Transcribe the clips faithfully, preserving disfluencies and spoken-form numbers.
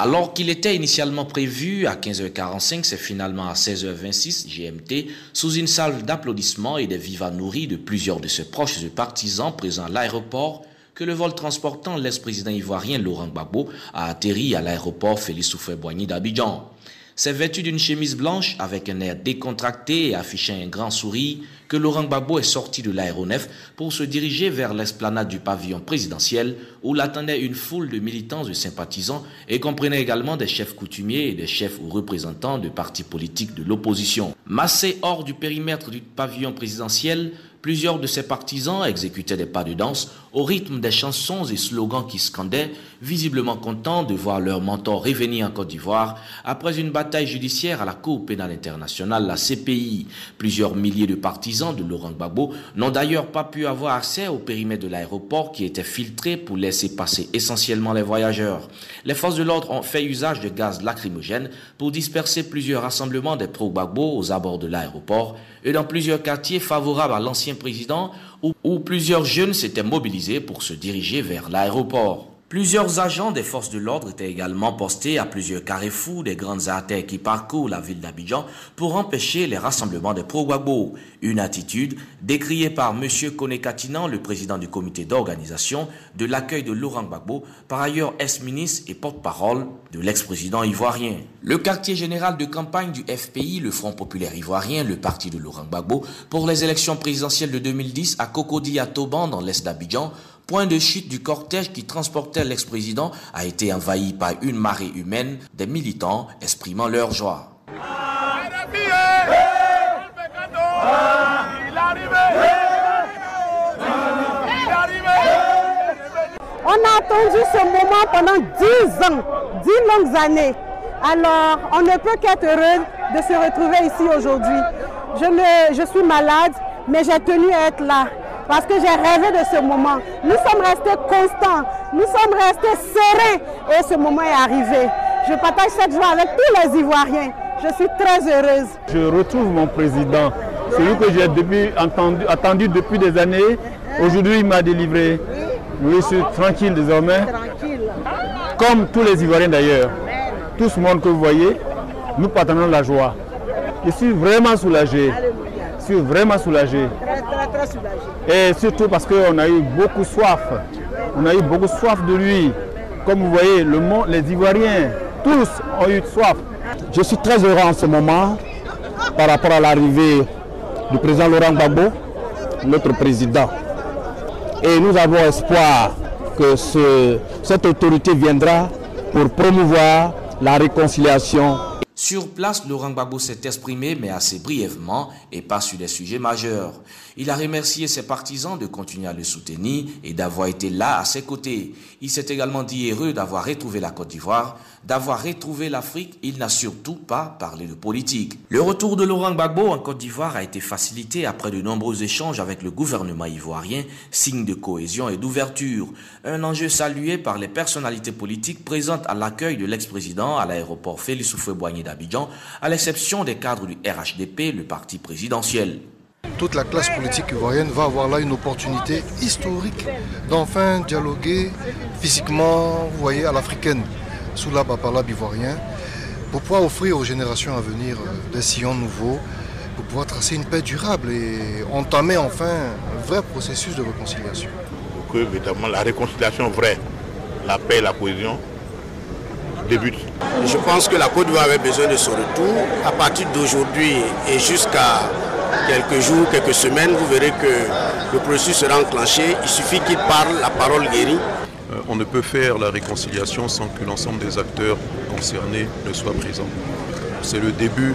Alors qu'il était initialement prévu à quinze heures quarante-cinq, c'est finalement à seize heures vingt-six G M T, sous une salve d'applaudissements et des vivas nourris de plusieurs de ses proches et partisans présents à l'aéroport, que le vol transportant l'ex-président ivoirien Laurent Gbagbo a atterri à l'aéroport Félix Houphouët-Boigny d'Abidjan. C'est vêtu d'une chemise blanche avec un air décontracté et affichant un grand sourire que Laurent Gbagbo est sorti de l'aéronef pour se diriger vers l'esplanade du pavillon présidentiel où l'attendait une foule de militants et sympathisants et comprenait également des chefs coutumiers et des chefs ou représentants de partis politiques de l'opposition. Massés hors du périmètre du pavillon présidentiel, plusieurs de ses partisans exécutaient des pas de danse au rythme des chansons et slogans qui scandaient, visiblement contents de voir leur mentor revenir en Côte d'Ivoire après une bataille judiciaire à la Cour pénale internationale, la C P I. Plusieurs milliers de partisans de Laurent Gbagbo n'ont d'ailleurs pas pu avoir accès au périmètre de l'aéroport qui était filtré pour laisser passer essentiellement les voyageurs. Les forces de l'ordre ont fait usage de gaz lacrymogène pour disperser plusieurs rassemblements des pro-Gbagbo aux abords de l'aéroport et dans plusieurs quartiers favorables à l'ancien président où, où plusieurs jeunes s'étaient mobilisés pour se diriger vers l'aéroport. Plusieurs agents des forces de l'ordre étaient également postés à plusieurs carrefours des grandes artères qui parcourent la ville d'Abidjan pour empêcher les rassemblements des pro-Gbagbo. Une attitude décriée par M. Koné Katinan, le président du comité d'organisation de l'accueil de Laurent Gbagbo, par ailleurs ex-ministre et porte-parole de l'ex-président ivoirien. Le quartier général de campagne du F P I, le Front populaire ivoirien, le parti de Laurent Gbagbo, pour les élections présidentielles de deux mille dix à Cocody à Toban dans l'est d'Abidjan, point de chute du cortège qui transportait l'ex-président, a été envahi par une marée humaine des militants exprimant leur joie. On a attendu ce moment pendant dix ans, dix longues années. Alors, on ne peut qu'être heureux de se retrouver ici aujourd'hui. Je, ne, je suis malade, mais j'ai tenu à être là. Parce que j'ai rêvé de ce moment. Nous sommes restés constants, nous sommes restés sereins et ce moment est arrivé. Je partage cette joie avec tous les Ivoiriens. Je suis très heureuse. Je retrouve mon président, celui que j'ai depuis, entendu, attendu depuis des années. Aujourd'hui, il m'a délivré. Oui, je suis tranquille désormais. Tranquille. Comme tous les Ivoiriens d'ailleurs. Tout ce monde que vous voyez, nous partageons la joie. Je suis vraiment soulagé. Je suis vraiment soulagé. Très, très, très soulagé. Et surtout parce qu'on a eu beaucoup soif. On a eu beaucoup soif de lui. Comme vous voyez, le monde, les Ivoiriens, tous ont eu soif. Je suis très heureux en ce moment par rapport à l'arrivée du président Laurent Gbagbo, notre président. Et nous avons espoir que ce, cette autorité viendra pour promouvoir la réconciliation. Sur place, Laurent Gbagbo s'est exprimé, mais assez brièvement et pas sur des sujets majeurs. Il a remercié ses partisans de continuer à le soutenir et d'avoir été là à ses côtés. Il s'est également dit heureux d'avoir retrouvé la Côte d'Ivoire, d'avoir retrouvé l'Afrique. Il n'a surtout pas parlé de politique. Le retour de Laurent Gbagbo en Côte d'Ivoire a été facilité après de nombreux échanges avec le gouvernement ivoirien, signe de cohésion et d'ouverture. Un enjeu salué par les personnalités politiques présentes à l'accueil de l'ex-président à l'aéroport Félix Houphouët-Boigny d'Abidjan, à l'exception des cadres du R H D P, le parti présidentiel. Toute la classe politique ivoirienne va avoir là une opportunité historique d'enfin dialoguer physiquement, vous voyez, à l'africaine, sous la Bapalab ivoirien, pour pouvoir offrir aux générations à venir des sillons nouveaux, pour pouvoir tracer une paix durable et entamer enfin un vrai processus de réconciliation. Pour que évidemment la réconciliation vraie, la paix et la cohésion débutent. Je pense que la Côte d'Ivoire avait besoin de ce retour. À partir d'aujourd'hui et jusqu'à quelques jours, quelques semaines, vous verrez que le processus sera enclenché. Il suffit qu'il parle, la parole guérit. On ne peut faire la réconciliation sans que l'ensemble des acteurs concernés ne soient présents. C'est le début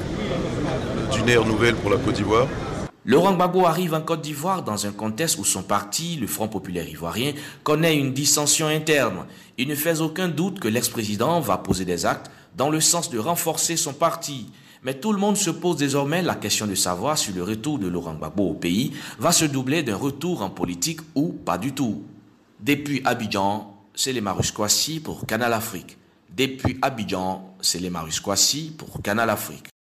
d'une ère nouvelle pour la Côte d'Ivoire. Laurent Gbagbo arrive en Côte d'Ivoire dans un contexte où son parti, le Front populaire ivoirien, connaît une dissension interne. Il ne fait aucun doute que l'ex-président va poser des actes dans le sens de renforcer son parti. Mais tout le monde se pose désormais la question de savoir si le retour de Laurent Gbagbo au pays va se doubler d'un retour en politique ou pas du tout. Depuis Abidjan, c'est les Marus Kwasi pour Canal Afrique. Depuis Abidjan, c'est les Marus Kwasi pour Canal Afrique.